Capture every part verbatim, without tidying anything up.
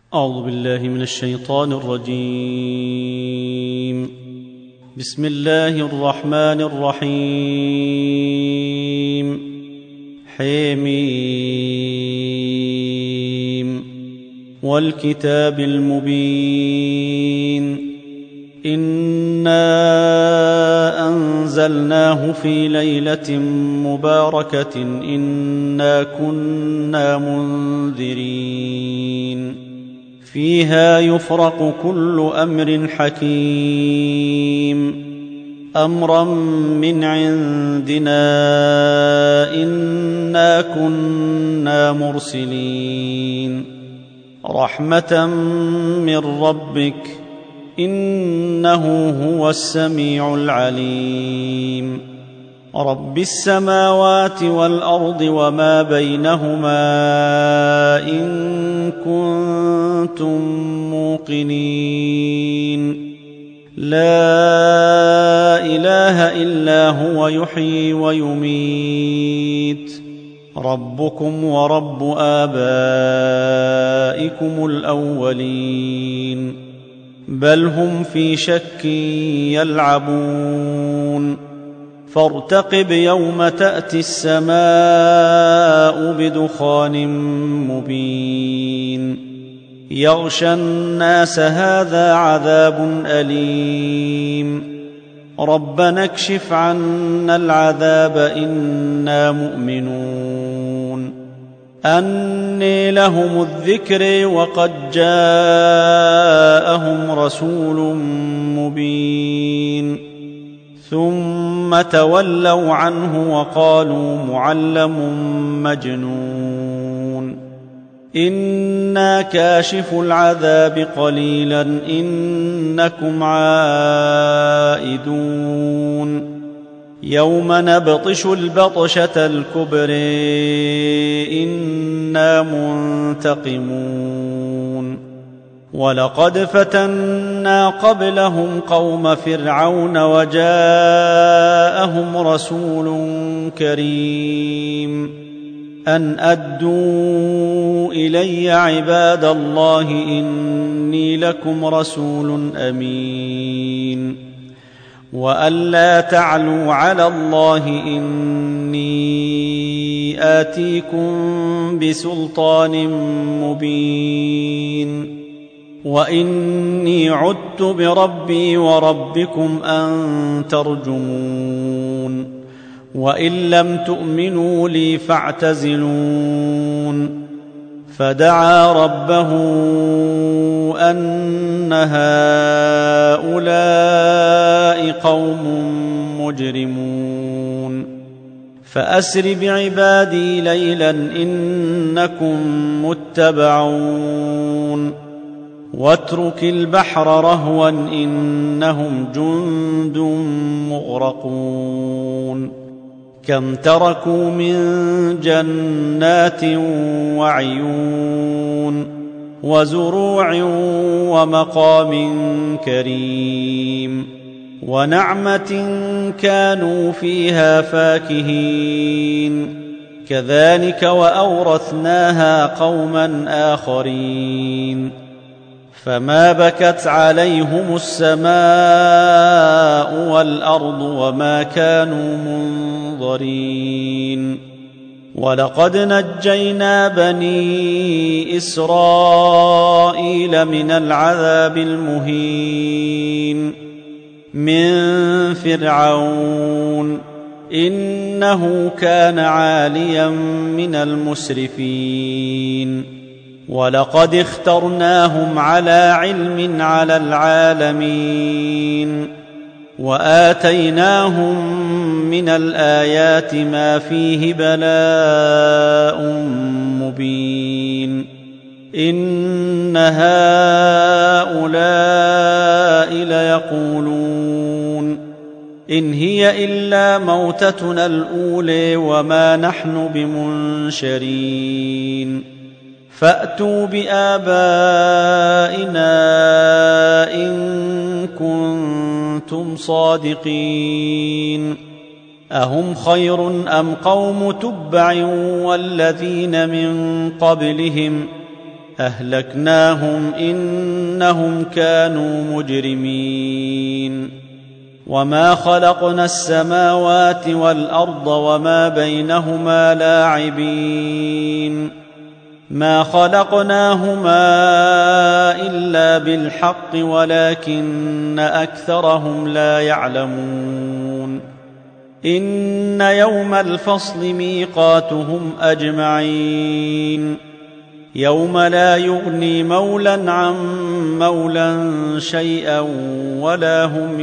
أعوذ بالله من الشيطان الرجيم. بسم الله الرحمن الرحيم. حميم والكتاب المبين. إنا أنزلناه في ليلة مباركة إنا كنا منذرين فيها يفرق كل أمر حكيم أمرا من عندنا إنا كنا مرسلين رحمة من ربك إنه هو السميع العليم. رب السماوات والأرض وما بينهما إن كنتم موقنين. لا إله إلا هو يحيي ويميت. ربكم ورب آبائكم الأولين بل هم في شك يلعبون. فارتقب يوم تأتي السماء بدخان مبين يغشى الناس هذا عذاب أليم. ربنا اكشف عنا العذاب إنا مؤمنون. أني لهم الذكر وقد جاءهم رسول مبين ثم تولوا عنه وقالوا معلم مجنون. إنا كاشف العذاب قليلا إنكم عائدون. يوم نبطش البطشة الكبر إنا منتقمون. ولقد فتنا قبلهم قوم فرعون وجاءهم رسول كريم أن أدوا إلي عباد الله إني لكم رسول أمين وأن لا تعلوا على الله إني آتيكم بسلطان مبين وإني عدت بربي وربكم أن ترجمون وإن لم تؤمنوا لي فاعتزلون. فدعا ربه أن هؤلاء قوم مجرمون. فأسر بعبادي ليلا إنكم متبعون. واترك البحر رهوا إنهم جند مغرقون. كم تركوا من جنات وعيون وزروع ومقام كريم ونعمة كانوا فيها فاكهين. كذلك وأورثناها قوما آخرين. فما بكت عليهم السماء والأرض وما كانوا منظرين. ولقد نجينا بني إسرائيل من العذاب المهين من فرعون إنه كان عاليا من المسرفين. ولقد اخترناهم على علم على العالمين وآتيناهم من الآيات ما فيه بلاء مبين. إن هؤلاء ليقولون إن هي إلا موتتنا الأولى وما نحن بمنشرين. فأتوا بآبائنا إن كنتم صادقين. أهم خير أم قوم تبع والذين من قبلهم أهلكناهم إنهم كانوا مجرمين وما خلقنا السماوات والأرض وما بينهما لاعبين ما خلقناهما إلا بالحق ولكن أكثرهم لا يعلمون إن يوم الفصل ميقاتهم أجمعين يوم لا يغني مولى عن مولى شيئا ولا هم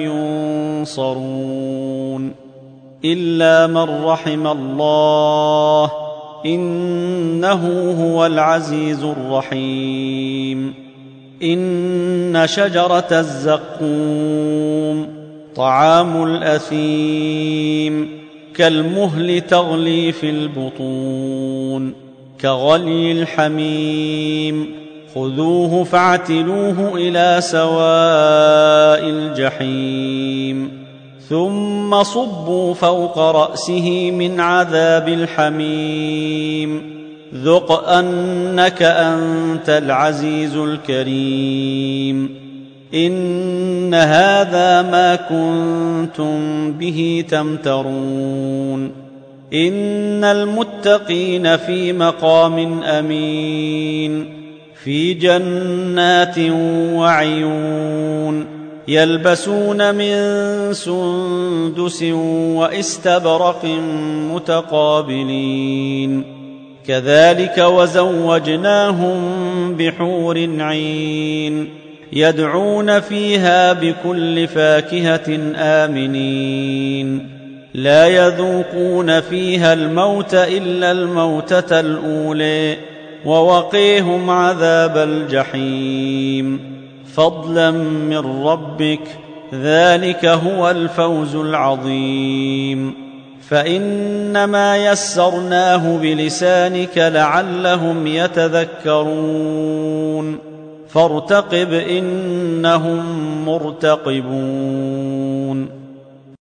ينصرون إلا من رحم الله إنه هو العزيز الرحيم إن شجرة الزقوم طعام الأثيم كالمهل تغلي في البطون كغلي الحميم خذوه فاعتلوه إلى سواء الجحيم ثم صبوا فوق رأسه من عذاب الحميم ذق أنك أنت العزيز الكريم إن هذا ما كنتم به تمترون إن المتقين في مقام أمين في جنات وعيون يلبسون من سندس واستبرق متقابلين كذلك وزوجناهم بحور عين يدعون فيها بكل فاكهة آمنين لا يذوقون فيها الموت إلا الموتة الأولى ووقيهم عذاب الجحيم فضلا من ربك ذلك هو الفوز العظيم فإنما يسرناه بلسانك لعلهم يتذكرون فارتقب إنهم مرتقبون